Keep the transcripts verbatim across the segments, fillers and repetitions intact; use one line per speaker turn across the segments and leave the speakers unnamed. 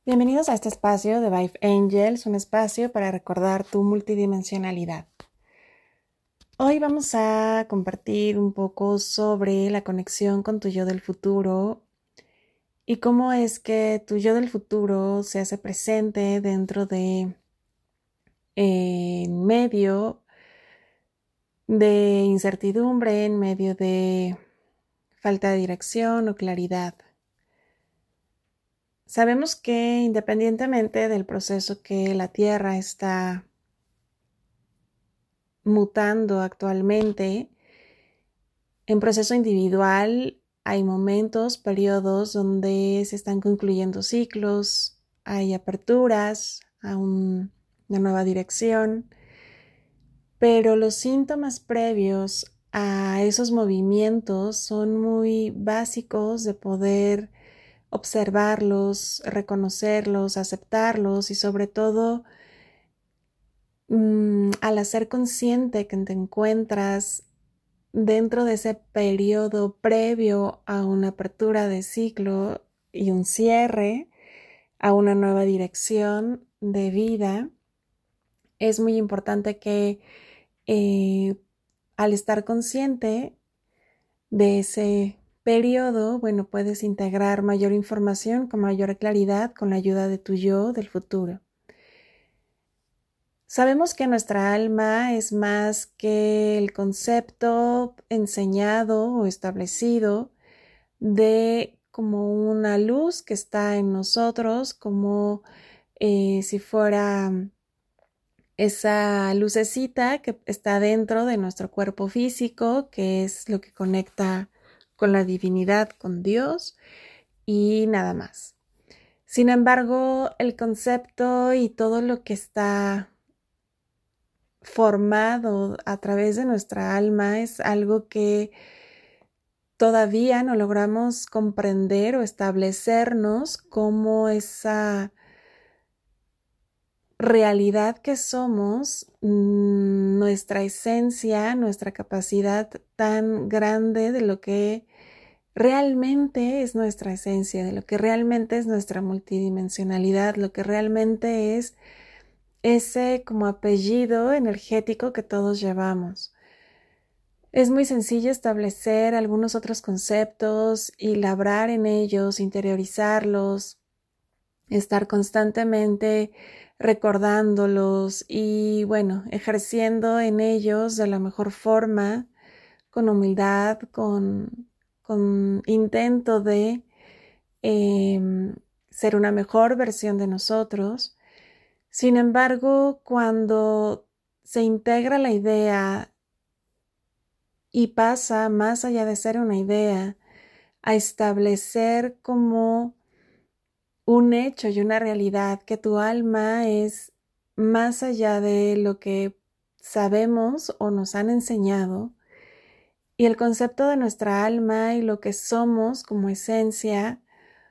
Bienvenidos a este espacio de Vibe Angels, un espacio para recordar tu multidimensionalidad. Hoy vamos a compartir un poco sobre la conexión con tu yo del futuro y cómo es que tu yo del futuro se hace presente dentro de eh, en medio de incertidumbre, en medio de falta de dirección o claridad. Sabemos que independientemente del proceso que la Tierra está mutando actualmente, en proceso individual hay momentos, periodos donde se están concluyendo ciclos, hay aperturas a un, una nueva dirección, pero los síntomas previos a esos movimientos son muy básicos de poder observarlos, reconocerlos, aceptarlos y sobre todo mmm, al hacer consciente que te encuentras dentro de ese periodo previo a una apertura de ciclo y un cierre a una nueva dirección de vida, es muy importante que eh, al estar consciente de ese periodo, bueno, puedes integrar mayor información con mayor claridad con la ayuda de tu yo del futuro. Sabemos que nuestra alma es más que el concepto enseñado o establecido de como una luz que está en nosotros, como eh, si fuera esa lucecita que está dentro de nuestro cuerpo físico, que es lo que conecta con la divinidad, con Dios y nada más. Sin embargo, el concepto y todo lo que está formado a través de nuestra alma es algo que todavía no logramos comprender o establecernos como esa realidad que somos, nuestra esencia, nuestra capacidad tan grande de lo que realmente es nuestra esencia, de lo que realmente es nuestra multidimensionalidad, lo que realmente es ese como apellido energético que todos llevamos. Es muy sencillo establecer algunos otros conceptos y labrar en ellos, interiorizarlos, estar constantemente recordándolos y, bueno, ejerciendo en ellos de la mejor forma, con humildad, con, con intento de eh, ser una mejor versión de nosotros. Sin embargo, cuando se integra la idea y pasa más allá de ser una idea a establecer como un hecho y una realidad, que tu alma es más allá de lo que sabemos o nos han enseñado, y el concepto de nuestra alma y lo que somos como esencia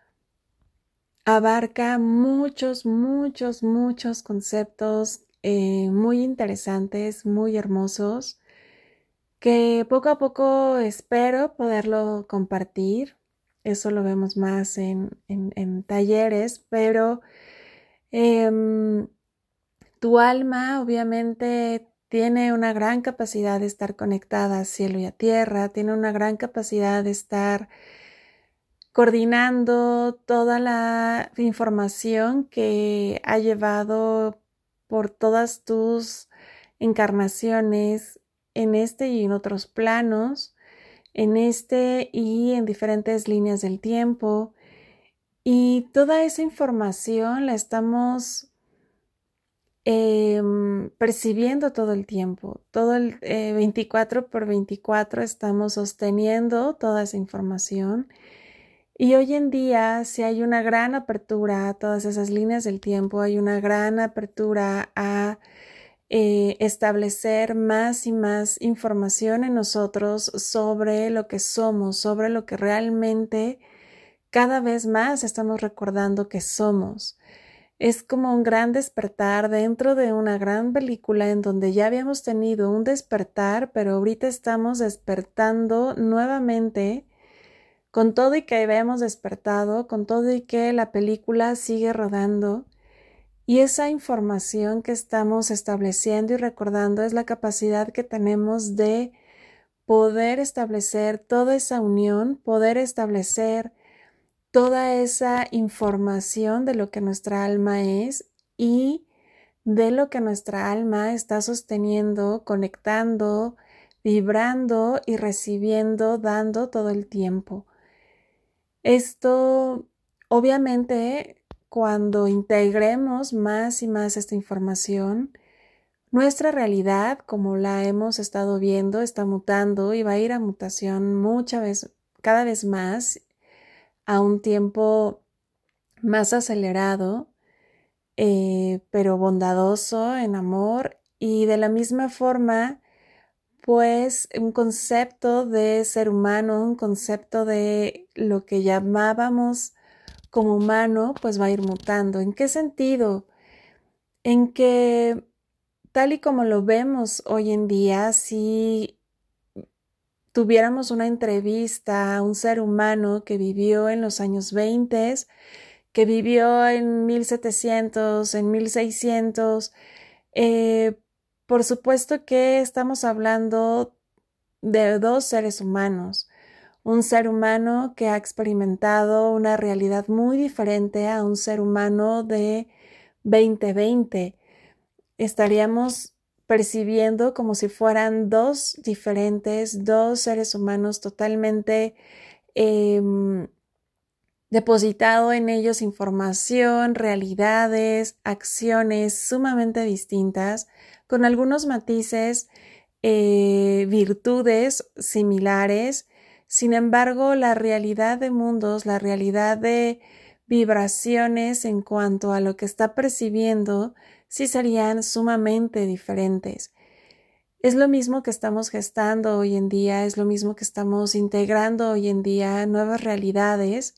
abarca muchos, muchos, muchos conceptos eh, muy interesantes, muy hermosos, que poco a poco espero poderlo compartir. Eso lo vemos más en, en, en talleres, pero eh, tu alma obviamente tiene una gran capacidad de estar conectada a cielo y a tierra, tiene una gran capacidad de estar coordinando toda la información que ha llevado por todas tus encarnaciones en este y en otros planos, en este y en diferentes líneas del tiempo. Y toda esa información la estamos eh, percibiendo todo el tiempo. Todo el eh, veinticuatro por veinticuatro estamos sosteniendo toda esa información. Y hoy en día, si hay una gran apertura a todas esas líneas del tiempo, hay una gran apertura a eh, establecer más y más información en nosotros sobre lo que somos, sobre lo que realmente cada vez más estamos recordando que somos. Es como un gran despertar dentro de una gran película en donde ya habíamos tenido un despertar, pero ahorita estamos despertando nuevamente con todo y que habíamos despertado, con todo y que la película sigue rodando, y esa información que estamos estableciendo y recordando es la capacidad que tenemos de poder establecer toda esa unión, poder establecer toda esa información de lo que nuestra alma es y de lo que nuestra alma está sosteniendo, conectando, vibrando y recibiendo, dando todo el tiempo. Esto, obviamente, cuando integremos más y más esta información, nuestra realidad, como la hemos estado viendo, está mutando y va a ir a mutación muchas veces, cada vez más, a un tiempo más acelerado, eh, pero bondadoso en amor, y de la misma forma, pues un concepto de ser humano, un concepto de lo que llamábamos como humano, pues va a ir mutando. ¿En qué sentido? En que tal y como lo vemos hoy en día, si tuviéramos una entrevista a un ser humano que vivió en los años veinte, que vivió en mil setecientos, en mil seiscientos, eh, por supuesto que estamos hablando de dos seres humanos. Un ser humano que ha experimentado una realidad muy diferente a un ser humano de veinte veinte. Estaríamos percibiendo como si fueran dos diferentes, dos seres humanos totalmente eh, depositado en ellos información, realidades, acciones sumamente distintas, con algunos matices, eh, virtudes similares. Sin embargo, la realidad de mundos, la realidad de vibraciones en cuanto a lo que está percibiendo, sí serían sumamente diferentes. Es lo mismo que estamos gestando hoy en día, es lo mismo que estamos integrando hoy en día, nuevas realidades.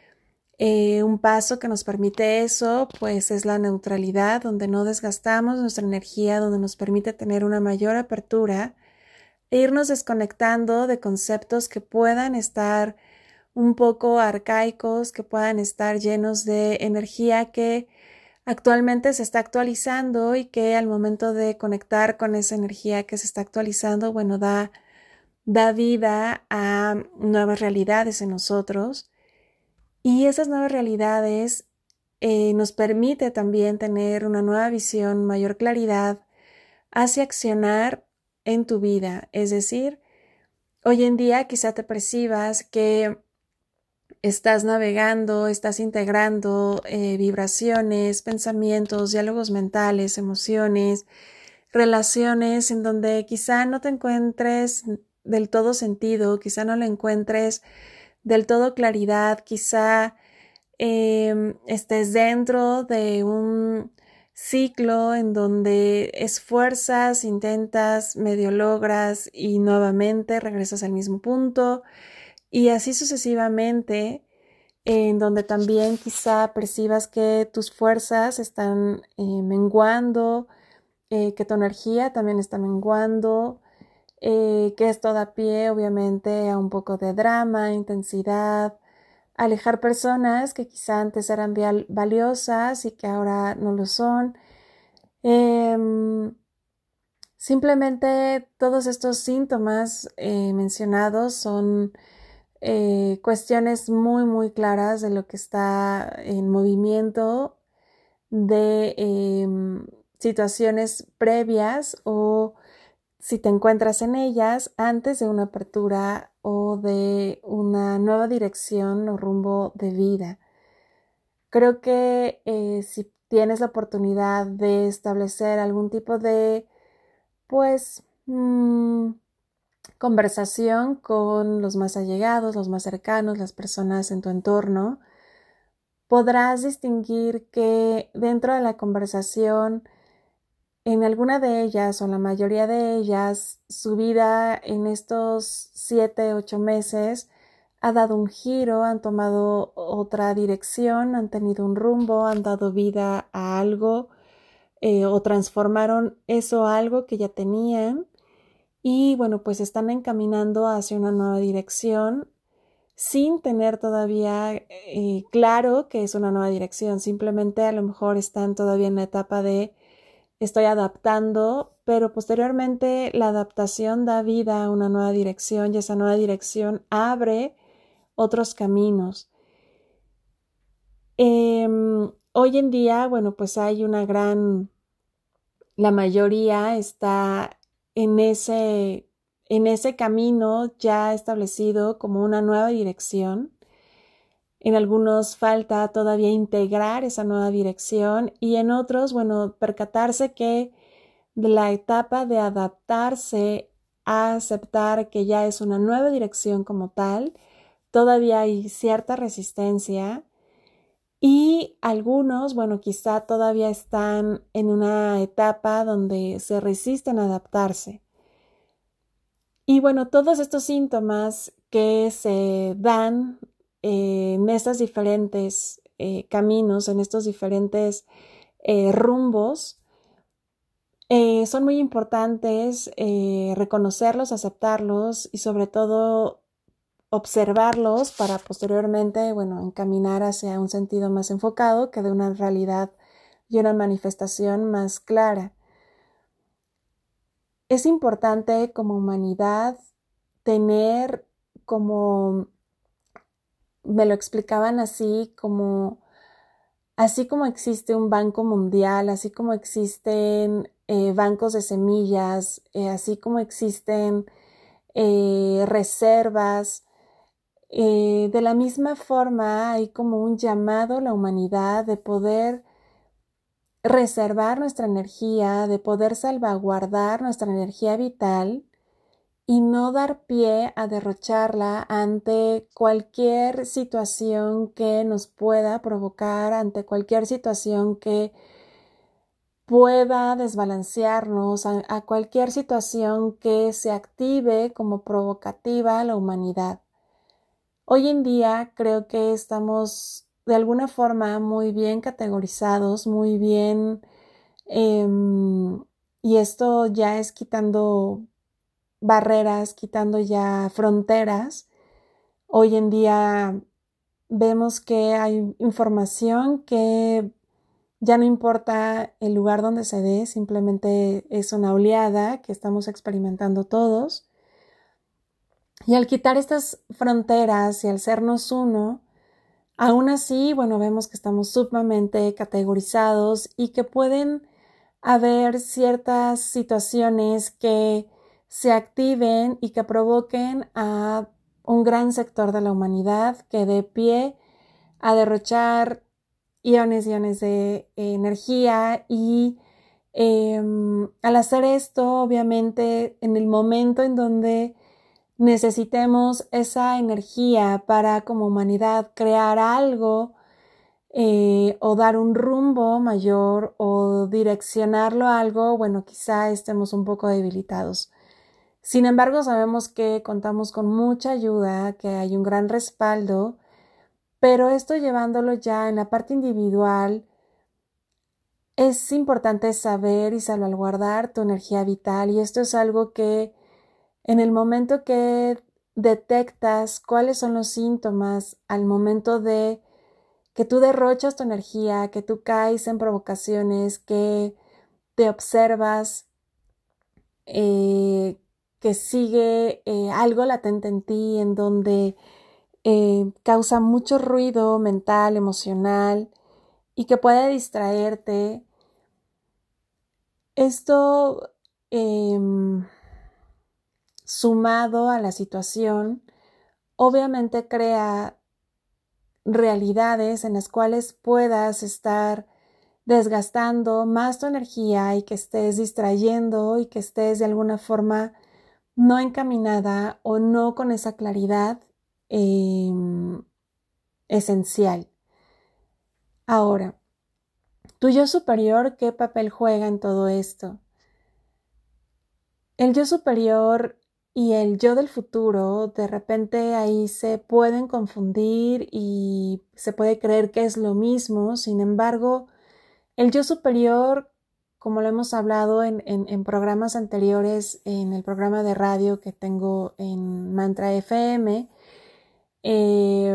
Eh, un paso que nos permite eso, pues es la neutralidad, donde no desgastamos nuestra energía, donde nos permite tener una mayor apertura e irnos desconectando de conceptos que puedan estar un poco arcaicos, que puedan estar llenos de energía que actualmente se está actualizando y que al momento de conectar con esa energía que se está actualizando, bueno, da, da vida a nuevas realidades en nosotros. Y esas nuevas realidades eh, nos permite también tener una nueva visión, mayor claridad hacia accionar en tu vida. Es decir, hoy en día quizá te percibas que estás navegando, estás integrando eh, vibraciones, pensamientos, diálogos mentales, emociones, relaciones en donde quizá no te encuentres del todo sentido, quizá no le encuentres del todo claridad, quizá eh, estés dentro de un ciclo en donde esfuerzas, intentas, medio logras y nuevamente regresas al mismo punto, y así sucesivamente, en donde también quizá percibas que tus fuerzas están eh, menguando, eh, que tu energía también está menguando, eh, que esto da pie obviamente a un poco de drama, intensidad, alejar personas que quizá antes eran valiosas y que ahora no lo son. Eh, simplemente todos estos síntomas eh, mencionados son eh, cuestiones muy muy claras de lo que está en movimiento, de eh, situaciones previas o si te encuentras en ellas antes de una apertura o de una nueva dirección o rumbo de vida. Creo que eh, si tienes la oportunidad de establecer algún tipo de, pues, mmm, conversación con los más allegados, los más cercanos, las personas en tu entorno, podrás distinguir que dentro de la conversación, en alguna de ellas o la mayoría de ellas, su vida en estos siete, ocho meses ha dado un giro, han tomado otra dirección, han tenido un rumbo, han dado vida a algo eh, o transformaron eso a algo que ya tenían y bueno, pues están encaminando hacia una nueva dirección sin tener todavía eh, claro que es una nueva dirección. Simplemente a lo mejor están todavía en la etapa de estoy adaptando, pero posteriormente la adaptación da vida a una nueva dirección y esa nueva dirección abre otros caminos. Eh, hoy en día, bueno, pues hay una gran, la mayoría está en ese, en ese camino ya establecido como una nueva dirección. En algunos falta todavía integrar esa nueva dirección y en otros, bueno, percatarse que de la etapa de adaptarse a aceptar que ya es una nueva dirección como tal, todavía hay cierta resistencia y algunos, bueno, quizá todavía están en una etapa donde se resisten a adaptarse. Y bueno, todos estos síntomas que se dan eh, en estos diferentes eh, caminos, en estos diferentes eh, rumbos, eh, son muy importantes eh, reconocerlos, aceptarlos y sobre todo observarlos para posteriormente, bueno, encaminar hacia un sentido más enfocado que de una realidad y una manifestación más clara. Es importante como humanidad tener como, me lo explicaban así, como, así como existe un banco mundial, así como existen eh, bancos de semillas, eh, así como existen eh, reservas, Eh, de la misma forma, hay como un llamado a la humanidad de poder reservar nuestra energía, de poder salvaguardar nuestra energía vital y no dar pie a derrocharla ante cualquier situación que nos pueda provocar, ante cualquier situación que pueda desbalancearnos, a, a cualquier situación que se active como provocativa a la humanidad. Hoy en día creo que estamos de alguna forma muy bien categorizados, muy bien, eh, y esto ya es quitando barreras, quitando ya fronteras. Hoy en día vemos que hay información que ya no importa el lugar donde se dé, simplemente es una oleada que estamos experimentando todos. Y al quitar estas fronteras y al sernos uno, aún así, bueno, vemos que estamos sumamente categorizados y que pueden haber ciertas situaciones que se activen y que provoquen a un gran sector de la humanidad que dé pie a derrochar iones, iones de energía y eh, al hacer esto, obviamente, en el momento en donde necesitemos esa energía para como humanidad crear algo eh, o dar un rumbo mayor o direccionarlo a algo, bueno, quizá estemos un poco debilitados. Sin embargo, sabemos que contamos con mucha ayuda, que hay un gran respaldo, pero esto llevándolo ya en la parte individual, es importante saber y salvaguardar tu energía vital y esto es algo que en el momento que detectas cuáles son los síntomas al momento de que tú derrochas tu energía, que tú caes en provocaciones, que te observas, eh, que sigue eh, algo latente en ti en donde eh, causa mucho ruido mental, emocional y que puede distraerte. Esto eh, sumado a la situación, obviamente crea realidades en las cuales puedas estar desgastando más tu energía y que estés distrayendo y que estés de alguna forma no encaminada o no con esa claridad eh, esencial. Ahora, tu yo superior, ¿qué papel juega en todo esto? El yo superior y el yo del futuro, de repente ahí se pueden confundir y se puede creer que es lo mismo. Sin embargo, el yo superior, como lo hemos hablado en, en, en programas anteriores, en el programa de radio que tengo en Mantra F M, Eh,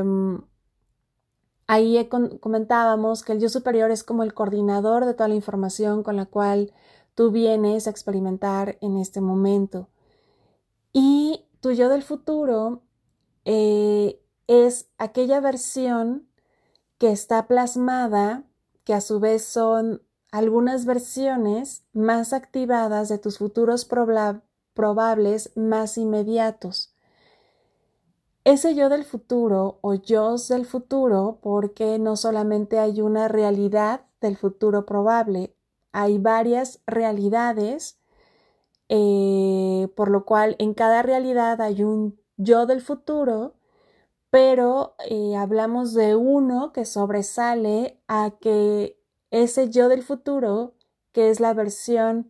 ahí comentábamos que el yo superior es como el coordinador de toda la información con la cual tú vienes a experimentar en este momento. Y tu yo del futuro eh, es aquella versión que está plasmada, que a su vez son algunas versiones más activadas de tus futuros proba- probables más inmediatos. Ese yo del futuro o yos del futuro, porque no solamente hay una realidad del futuro probable, hay varias realidades, eh, por lo cual en cada realidad hay un yo del futuro, pero eh, hablamos de uno que sobresale a que ese yo del futuro, que es la versión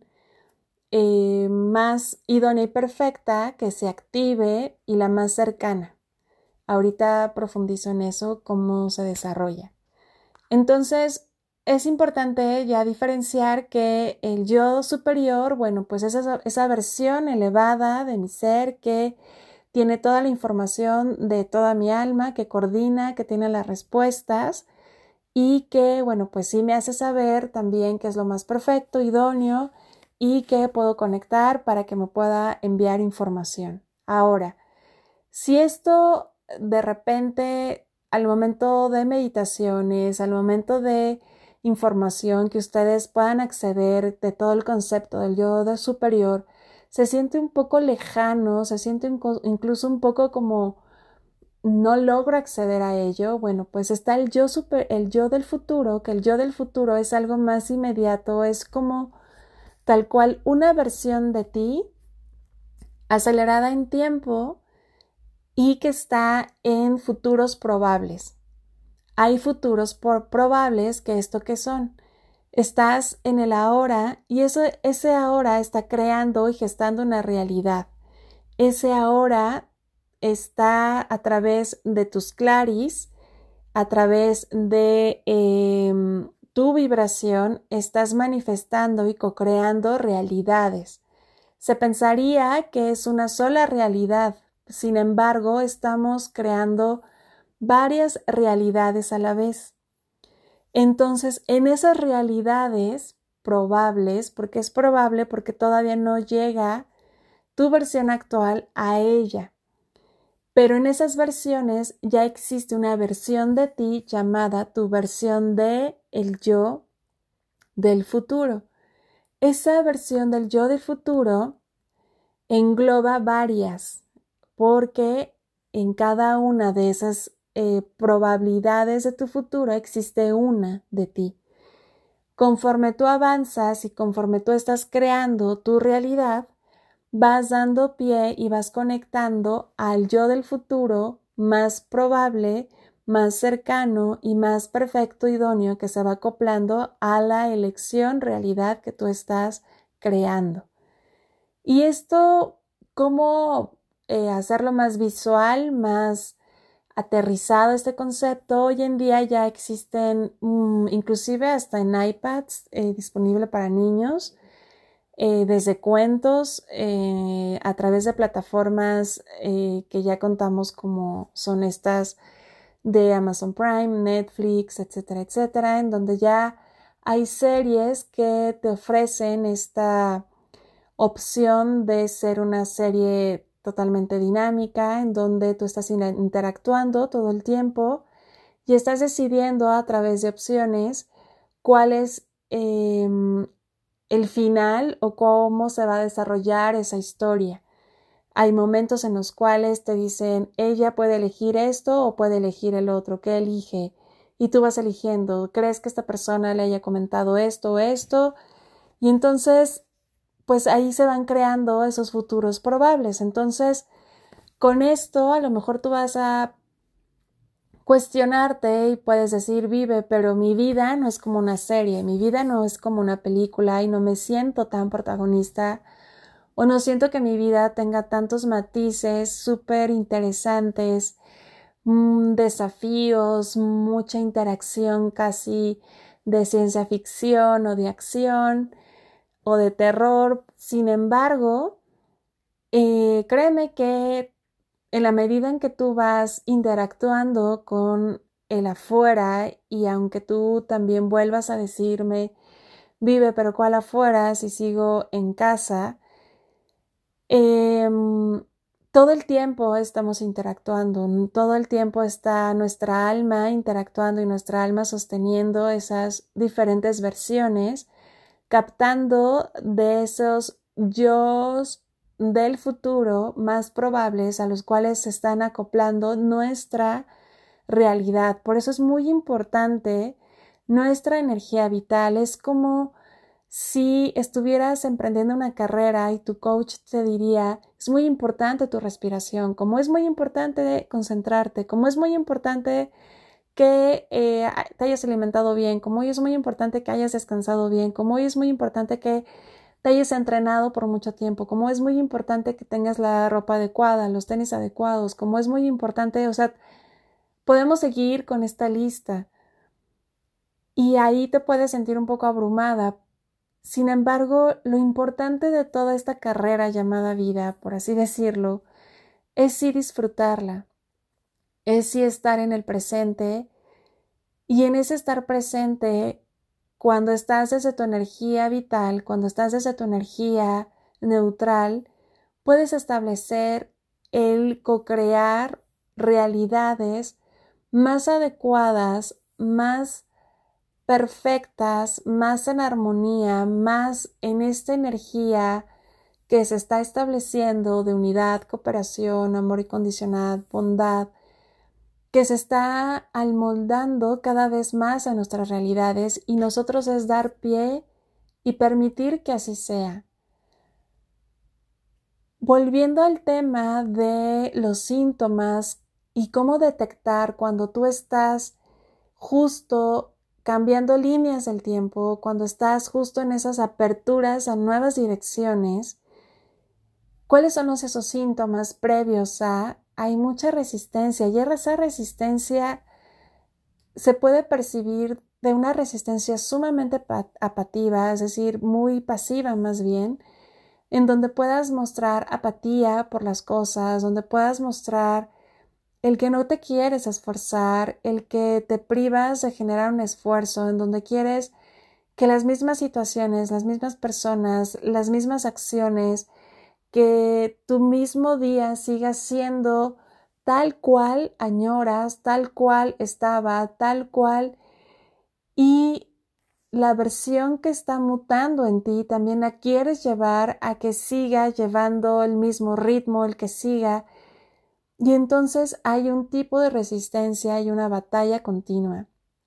eh, más idónea y perfecta, que se active y la más cercana. Ahorita profundizo en eso, cómo se desarrolla. Entonces, es importante ya diferenciar que el yo superior, bueno, pues es esa, esa versión elevada de mi ser que tiene toda la información de toda mi alma, que coordina, que tiene las respuestas y que, bueno, pues sí me hace saber también qué es lo más perfecto, idóneo y que puedo conectar para que me pueda enviar información. Ahora, si esto de repente al momento de meditaciones, al momento de información que ustedes puedan acceder de todo el concepto del yo de superior, se siente un poco lejano, se siente incluso un poco como no logro acceder a ello, bueno, pues está el yo super, el yo del futuro, que el yo del futuro es algo más inmediato, es como tal cual una versión de ti acelerada en tiempo y que está en futuros probables. Hay futuros por probables que esto que son. Estás en el ahora y eso, ese ahora está creando y gestando una realidad. Ese ahora está a través de tus claris, a través de eh, tu vibración, estás manifestando y co-creando realidades. Se pensaría que es una sola realidad, sin embargo, estamos creando varias realidades a la vez. Entonces, en esas realidades probables, porque es probable porque todavía no llega tu versión actual a ella, pero en esas versiones ya existe una versión de ti llamada tu versión de el yo del futuro. Esa versión del yo del futuro engloba varias, porque en cada una de esas eh, probabilidades de tu futuro existe una de ti. Conforme tú avanzas y conforme tú estás creando tu realidad, vas dando pie y vas conectando al yo del futuro más probable, más cercano y más perfecto, idóneo, que se va acoplando a la elección realidad que tú estás creando. Y esto, ¿cómo eh, hacerlo más visual, más aterrizado este concepto? Hoy en día ya existen, um, inclusive hasta en iPads, eh, disponible para niños, eh, desde cuentos, eh, a través de plataformas eh, que ya contamos como son estas de Amazon Prime, Netflix, etcétera, etcétera, en donde ya hay series que te ofrecen esta opción de ser una serie totalmente dinámica, en donde tú estás interactuando todo el tiempo y estás decidiendo a través de opciones cuál es eh, el final o cómo se va a desarrollar esa historia. Hay momentos en los cuales te dicen, ella puede elegir esto o puede elegir el otro, ¿qué elige? Y tú vas eligiendo, ¿crees que esta persona le haya comentado esto o esto? Y entonces, pues ahí se van creando esos futuros probables. Entonces, con esto a lo mejor tú vas a cuestionarte y puedes decir, Vive, pero mi vida no es como una serie, mi vida no es como una película y no me siento tan protagonista o no siento que mi vida tenga tantos matices súper interesantes, mmm, desafíos, mucha interacción casi de ciencia ficción o de acción o de terror. Sin embargo, eh, créeme que en la medida en que tú vas interactuando con el afuera, y aunque tú también vuelvas a decirme, vive, pero ¿cuál afuera si sigo en casa? Eh, todo el tiempo estamos interactuando, todo el tiempo está nuestra alma interactuando y nuestra alma sosteniendo esas diferentes versiones, captando de esos yo del futuro más probables a los cuales se están acoplando nuestra realidad. Por eso es muy importante nuestra energía vital. Es como si estuvieras emprendiendo una carrera y tu coach te diría, es muy importante tu respiración, como es muy importante concentrarte, como es muy importante que eh, te hayas alimentado bien, como hoy es muy importante que hayas descansado bien, como hoy es muy importante que te hayas entrenado por mucho tiempo, como es muy importante que tengas la ropa adecuada, los tenis adecuados, como es muy importante, o sea, podemos seguir con esta lista y ahí te puedes sentir un poco abrumada. Sin embargo, lo importante de toda esta carrera llamada vida, por así decirlo, es sí disfrutarla, es sí estar en el presente, y en ese estar presente, cuando estás desde tu energía vital, cuando estás desde tu energía neutral, puedes establecer el co-crear realidades más adecuadas, más perfectas, más en armonía, más en esta energía que se está estableciendo de unidad, cooperación, amor incondicional, bondad, que se está almoldando cada vez más a nuestras realidades, y nosotros es dar pie y permitir que así sea. Volviendo al tema de los síntomas y cómo detectar cuando tú estás justo cambiando líneas del tiempo, cuando estás justo en esas aperturas a nuevas direcciones, ¿cuáles son esos síntomas previos a? Hay mucha resistencia, y esa resistencia se puede percibir de una resistencia sumamente apativa, es decir, muy pasiva más bien, en donde puedas mostrar apatía por las cosas, donde puedas mostrar el que no te quieres esforzar, el que te privas de generar un esfuerzo, en donde quieres que las mismas situaciones, las mismas personas, las mismas acciones, que tu mismo día siga siendo tal cual añoras, tal cual estaba, tal cual, y la versión que está mutando en ti también la quieres llevar a que siga llevando el mismo ritmo, el que siga, y entonces hay un tipo de resistencia y una batalla continua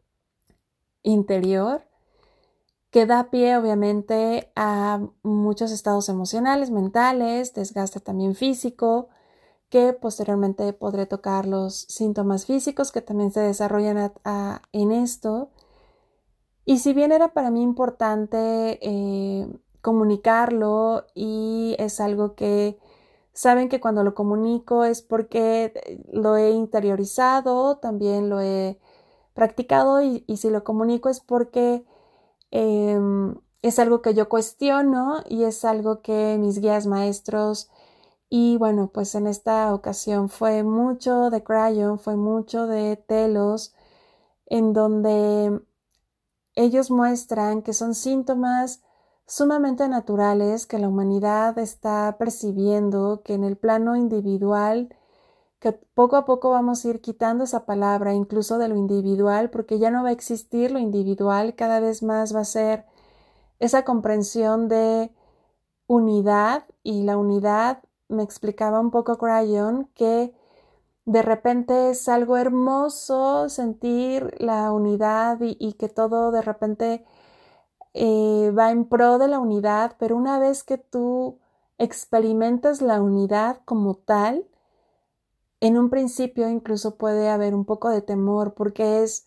interior que da pie obviamente a muchos estados emocionales, mentales, desgaste también físico, que posteriormente podré tocar los síntomas físicos que también se desarrollan a, a, en esto. Y si bien era para mí importante eh, comunicarlo, y es algo que saben que cuando lo comunico es porque lo he interiorizado, también lo he practicado, y, y si lo comunico es porque eh, es algo que yo cuestiono y es algo que mis guías maestros, y bueno, pues en esta ocasión fue mucho de Crayon, fue mucho de Telos, en donde ellos muestran que son síntomas sumamente naturales que la humanidad está percibiendo, que en el plano individual, que poco a poco vamos a ir quitando esa palabra incluso de lo individual, porque ya no va a existir lo individual, cada vez más va a ser esa comprensión de unidad, y la unidad, me explicaba un poco Crayon, que de repente es algo hermoso sentir la unidad, y, y que todo de repente eh, va en pro de la unidad, pero una vez que tú experimentas la unidad como tal, en un principio incluso puede haber un poco de temor, porque es,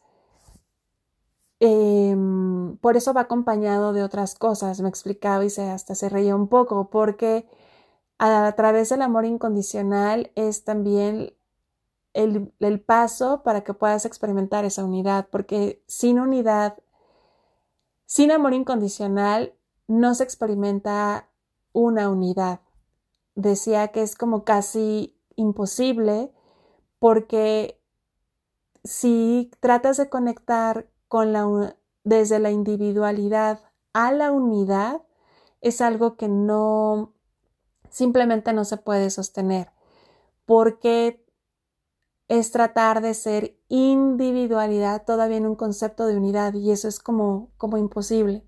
eh, por eso va acompañado de otras cosas, me explicaba, y se, hasta se reía un poco, porque a, a través del amor incondicional es también el, el paso para que puedas experimentar esa unidad, porque sin unidad, sin amor incondicional, no se experimenta una unidad. Decía que es como casi imposible, porque si tratas de conectar con la, desde la individualidad a la unidad, es algo que no, simplemente no se puede sostener, porque es tratar de ser individualidad todavía en un concepto de unidad, y eso es como, como imposible.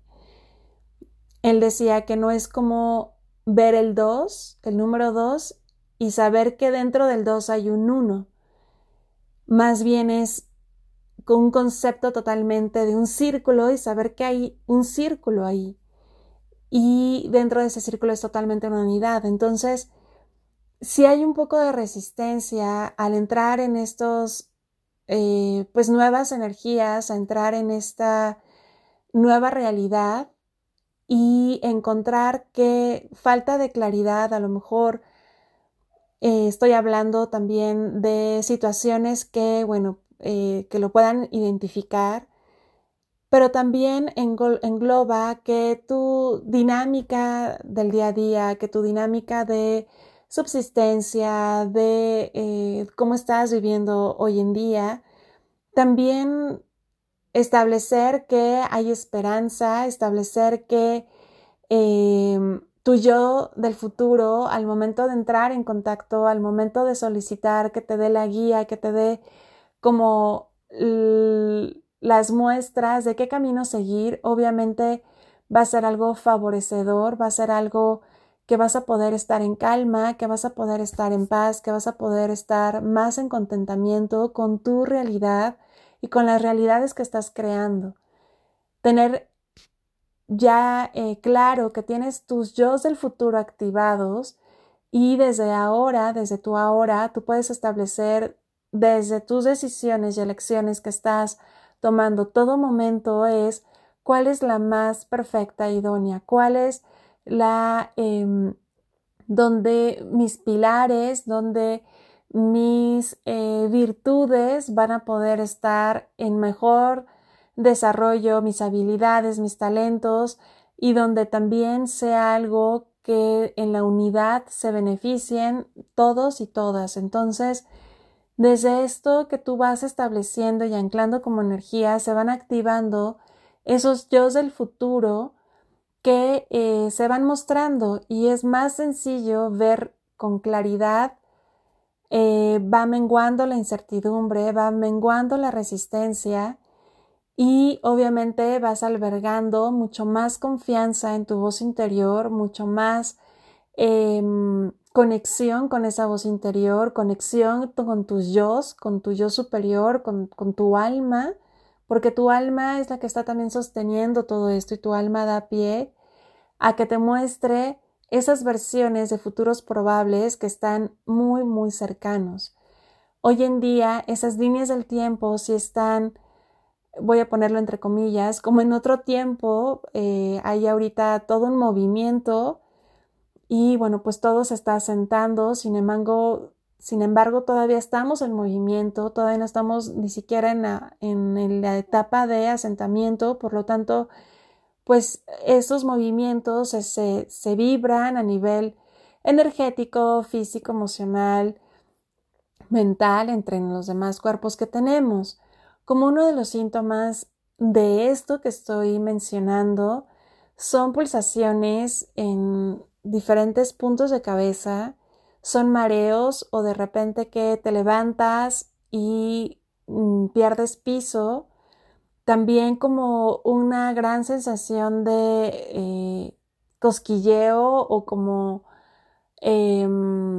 Él decía que no es como ver el dos, el número dos, y saber que dentro del dos hay un uno. Más bien es con un concepto totalmente de un círculo y saber que hay un círculo ahí. Y dentro de ese círculo es totalmente una unidad. Entonces, si hay un poco de resistencia al entrar en estos, eh, pues nuevas energías, a entrar en esta nueva realidad y encontrar que falta de claridad, a lo mejor eh, estoy hablando también de situaciones que, bueno, eh, que lo puedan identificar, pero también engloba que tu dinámica del día a día, que tu dinámica de subsistencia, de eh, cómo estás viviendo hoy en día, también establecer que hay esperanza, establecer que eh, tu yo del futuro, al momento de entrar en contacto, al momento de solicitar que te dé la guía, que te dé como las muestras de qué camino seguir, obviamente va a ser algo favorecedor, va a ser algo que vas a poder estar en calma, que vas a poder estar en paz, que vas a poder estar más en contentamiento con tu realidad y con las realidades que estás creando. Tener ya eh, claro que tienes tus yos del futuro activados y desde ahora, desde tu ahora, tú puedes establecer desde tus decisiones y elecciones que estás tomando todo momento es cuál es la más perfecta, idónea, cuál es la eh, donde mis pilares, donde mis eh, virtudes van a poder estar en mejor desarrollo, mis habilidades, mis talentos, y donde también sea algo que en la unidad se beneficien todos y todas. Entonces, desde esto que tú vas estableciendo y anclando como energía, se van activando esos yos del futuro que eh, se van mostrando, y es más sencillo ver con claridad. Eh, va menguando la incertidumbre, va menguando la resistencia, y obviamente vas albergando mucho más confianza en tu voz interior, mucho más eh, conexión con esa voz interior, conexión con tus yos, con tu yo superior, con, con tu alma, porque tu alma es la que está también sosteniendo todo esto, y tu alma da pie a que te muestre esas versiones de futuros probables que están muy, muy cercanos. Hoy en día, esas líneas del tiempo sí están, voy a ponerlo entre comillas, como en otro tiempo. Eh, hay ahorita todo un movimiento y bueno, pues todo se está asentando. Sin embargo, sin embargo, todavía estamos en movimiento, todavía no estamos ni siquiera en la, en la etapa de asentamiento, por lo tanto, pues esos movimientos se, se, se vibran a nivel energético, físico, emocional, mental, entre los demás cuerpos que tenemos. Como uno de los síntomas de esto que estoy mencionando son pulsaciones en diferentes puntos de cabeza, son mareos o de repente que te levantas y mm, pierdes piso. También como una gran sensación de eh, cosquilleo, o como, eh,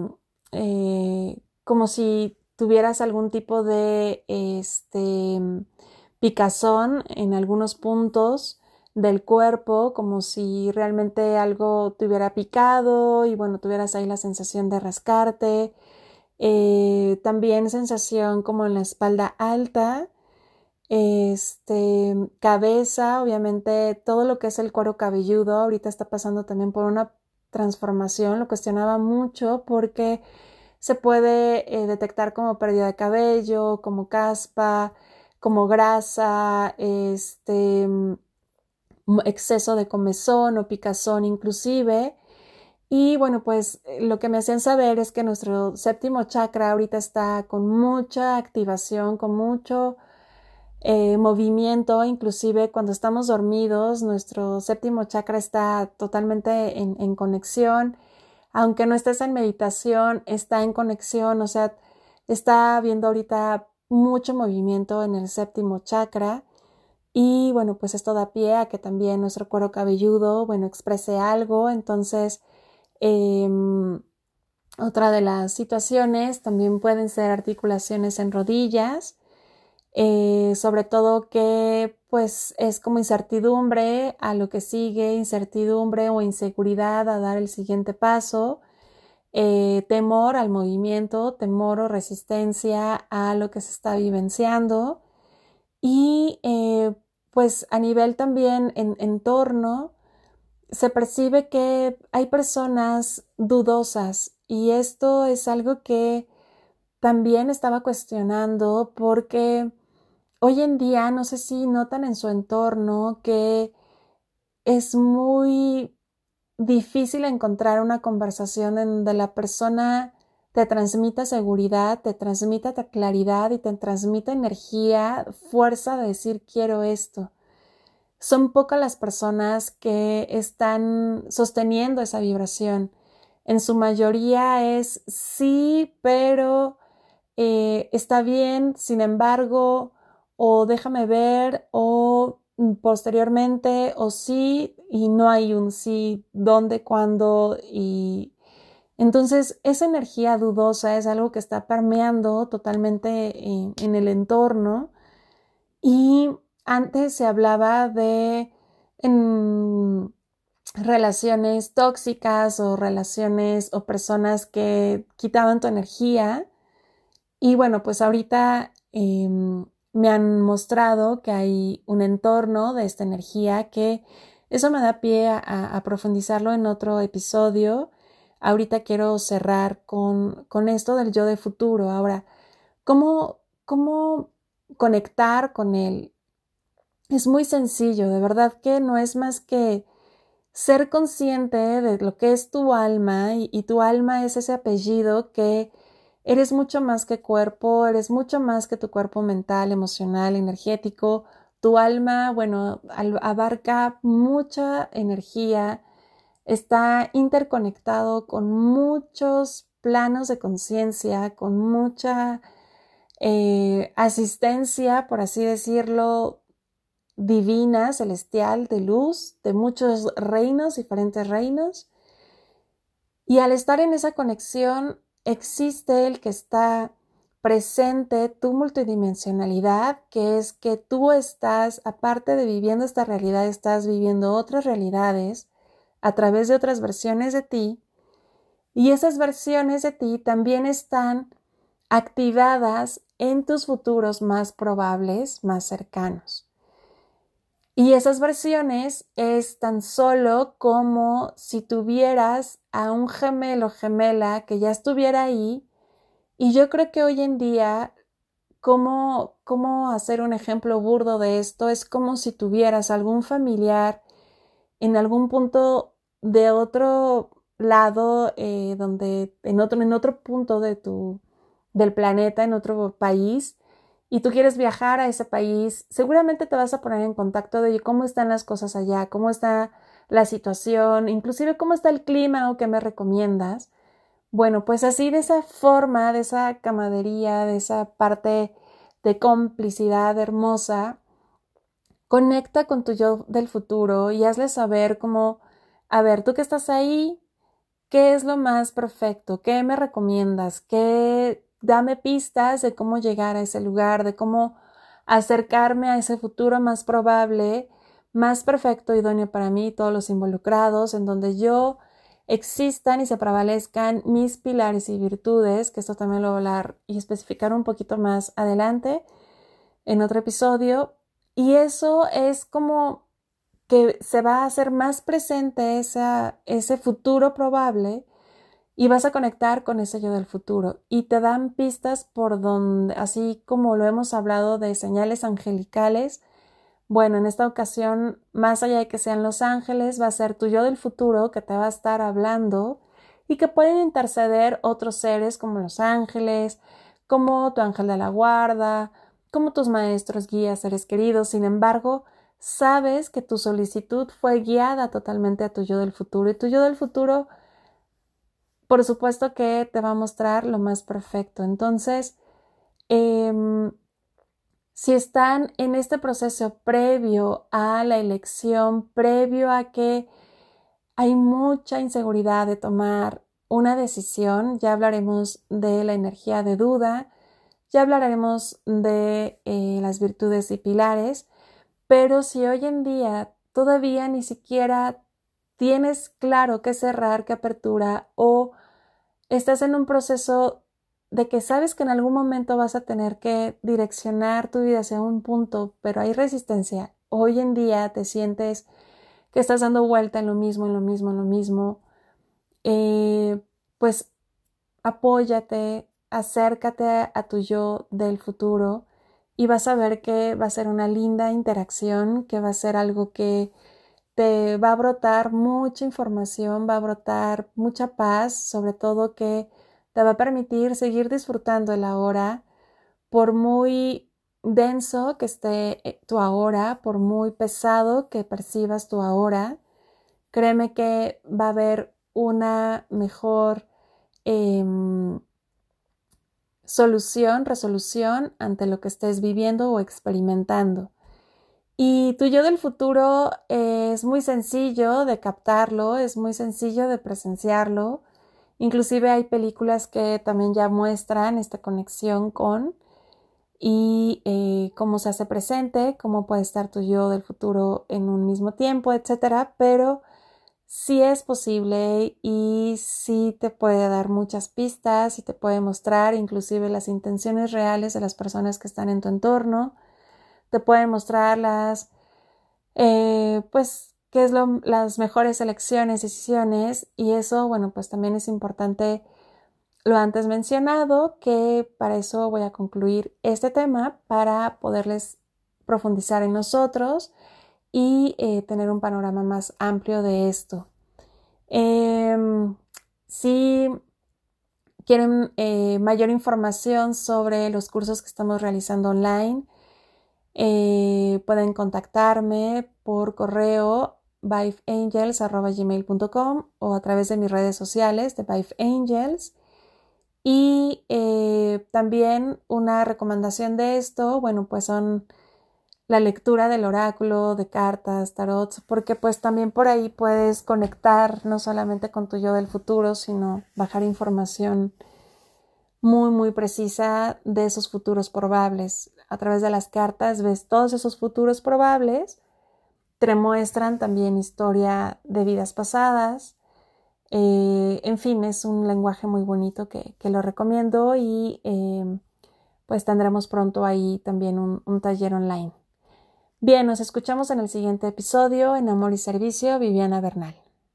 eh, como si tuvieras algún tipo de este, picazón en algunos puntos del cuerpo, como si realmente algo te hubiera picado y bueno, tuvieras ahí la sensación de rascarte. Eh, también sensación como en la espalda alta. Este, cabeza, obviamente todo lo que es el cuero cabelludo ahorita está pasando también por una transformación. Lo cuestionaba mucho porque se puede eh, detectar como pérdida de cabello, como caspa, como grasa, este, exceso de comezón o picazón inclusive. Y bueno, pues lo que me hacían saber es que nuestro séptimo chakra ahorita está con mucha activación, con mucho eh, movimiento, inclusive cuando estamos dormidos, nuestro séptimo chakra está totalmente en, en conexión, aunque no estés en meditación, está en conexión, o sea, está habiendo ahorita mucho movimiento en el séptimo chakra. Y bueno, pues esto da pie a que también nuestro cuero cabelludo, bueno, exprese algo. Entonces, eh, otra de las situaciones también pueden ser articulaciones en rodillas, eh, sobre todo que pues es como incertidumbre a lo que sigue, incertidumbre o inseguridad a dar el siguiente paso, eh, temor al movimiento, temor o resistencia a lo que se está vivenciando. Y eh, pues a nivel también en entorno, se percibe que hay personas dudosas y esto es algo que también estaba cuestionando porque hoy en día no sé si notan en su entorno que es muy difícil encontrar una conversación en donde la persona te transmita seguridad, te transmita claridad y te transmita energía, fuerza de decir quiero esto. Son pocas las personas que están sosteniendo esa vibración. En su mayoría es sí, pero eh, está bien, sin embargo, o déjame ver, o posteriormente, o sí, y no hay un sí, dónde, cuándo, y entonces esa energía dudosa es algo que está permeando totalmente en, en el entorno. Y antes se hablaba de en, relaciones tóxicas o relaciones o personas que quitaban tu energía. Y bueno, pues ahorita eh, me han mostrado que hay un entorno de esta energía que eso me da pie a, a profundizarlo en otro episodio. Ahorita quiero cerrar con, con esto del yo de futuro. Ahora, ¿cómo, cómo conectar con él? Es muy sencillo, de verdad que no es más que ser consciente de lo que es tu alma y, y tu alma es ese apellido que eres mucho más que cuerpo, eres mucho más que tu cuerpo mental, emocional, energético. Tu alma, bueno, abarca mucha energía, está interconectado con muchos planos de conciencia, con mucha eh, asistencia, por así decirlo, divina, celestial, de luz, de muchos reinos, diferentes reinos. Y al estar en esa conexión, existe el que está presente tu multidimensionalidad, que es que tú estás, aparte de viviendo esta realidad, estás viviendo otras realidades a través de otras versiones de ti, y esas versiones de ti también están activadas en tus futuros más probables, más cercanos. Y esas versiones es tan solo como si tuvieras a un gemelo o gemela que ya estuviera ahí. Y yo creo que hoy en día, ¿cómo, cómo hacer un ejemplo burdo de esto? Es como si tuvieras algún familiar en algún punto de otro lado, eh, donde, en otro, en otro punto de tu, del planeta, en otro país, y tú quieres viajar a ese país, seguramente te vas a poner en contacto de cómo están las cosas allá, cómo está la situación, inclusive cómo está el clima o qué me recomiendas. Bueno, pues así de esa forma, de esa camaradería, de esa parte de complicidad hermosa, conecta con tu yo del futuro y hazle saber cómo, a ver, tú que estás ahí, ¿qué es lo más perfecto? ¿Qué me recomiendas? ¿Qué? Dame pistas de cómo llegar a ese lugar, de cómo acercarme a ese futuro más probable, más perfecto, idóneo para mí y todos los involucrados, en donde yo existan y se prevalezcan mis pilares y virtudes, que esto también lo voy a hablar y especificar un poquito más adelante en otro episodio. Y eso es como que se va a hacer más presente esa, ese futuro probable y vas a conectar con ese yo del futuro y te dan pistas por donde, así como lo hemos hablado de señales angelicales, Bueno, en esta ocasión, más allá de que sean los ángeles, va a ser tu yo del futuro que te va a estar hablando y que pueden interceder otros seres como los ángeles, como tu ángel de la guarda, como tus maestros, guías, seres queridos. Sin embargo, sabes que tu solicitud fue guiada totalmente a tu yo del futuro y tu yo del futuro, por supuesto que te va a mostrar lo más perfecto. Entonces, eh, si están en este proceso previo a la elección, previo a que hay mucha inseguridad de tomar una decisión, ya hablaremos de la energía de duda, ya hablaremos de eh, las virtudes y pilares, pero si hoy en día todavía ni siquiera tienes claro qué cerrar, qué apertura, o estás en un proceso de que sabes que en algún momento vas a tener que direccionar tu vida hacia un punto, pero hay resistencia, hoy en día te sientes que estás dando vuelta en lo mismo, en lo mismo, en lo mismo, eh, pues apóyate, acércate a, a tu yo del futuro y vas a ver que va a ser una linda interacción, que va a ser algo que te va a brotar mucha información, va a brotar mucha paz, sobre todo que te va a permitir seguir disfrutando el ahora, por muy denso que esté tu ahora, por muy pesado que percibas tu ahora. Créeme que va a haber una mejor eh, solución, resolución ante lo que estés viviendo o experimentando. Y tu yo del futuro es muy sencillo de captarlo, es muy sencillo de presenciarlo. Inclusive hay películas que también ya muestran esta conexión con y eh, cómo se hace presente, cómo puede estar tu yo del futuro en un mismo tiempo, etcétera. Pero sí es posible y sí te puede dar muchas pistas y te puede mostrar inclusive las intenciones reales de las personas que están en tu entorno. Te pueden mostrar las, eh, pues, qué es lo, las mejores elecciones, decisiones, y eso, bueno, pues también es importante lo antes mencionado, que para eso voy a concluir este tema para poderles profundizar en nosotros y eh, tener un panorama más amplio de esto. Eh, si quieren eh, mayor información sobre los cursos que estamos realizando online, Eh, pueden contactarme por correo vibeangels arroba gmail punto com o a través de mis redes sociales de Vibe Angels. Y eh, también una recomendación de esto, bueno, pues son la lectura del oráculo, de cartas, tarots, porque pues también por ahí puedes conectar no solamente con tu yo del futuro, sino bajar información muy, muy precisa de esos futuros probables. A través de las cartas ves todos esos futuros probables, te muestran también historia de vidas pasadas. Eh, en fin, es un lenguaje muy bonito que, que lo recomiendo y eh, pues tendremos pronto ahí también un, un taller online. Bien, nos escuchamos en el siguiente episodio. En Amor y Servicio, Viviana Bernal.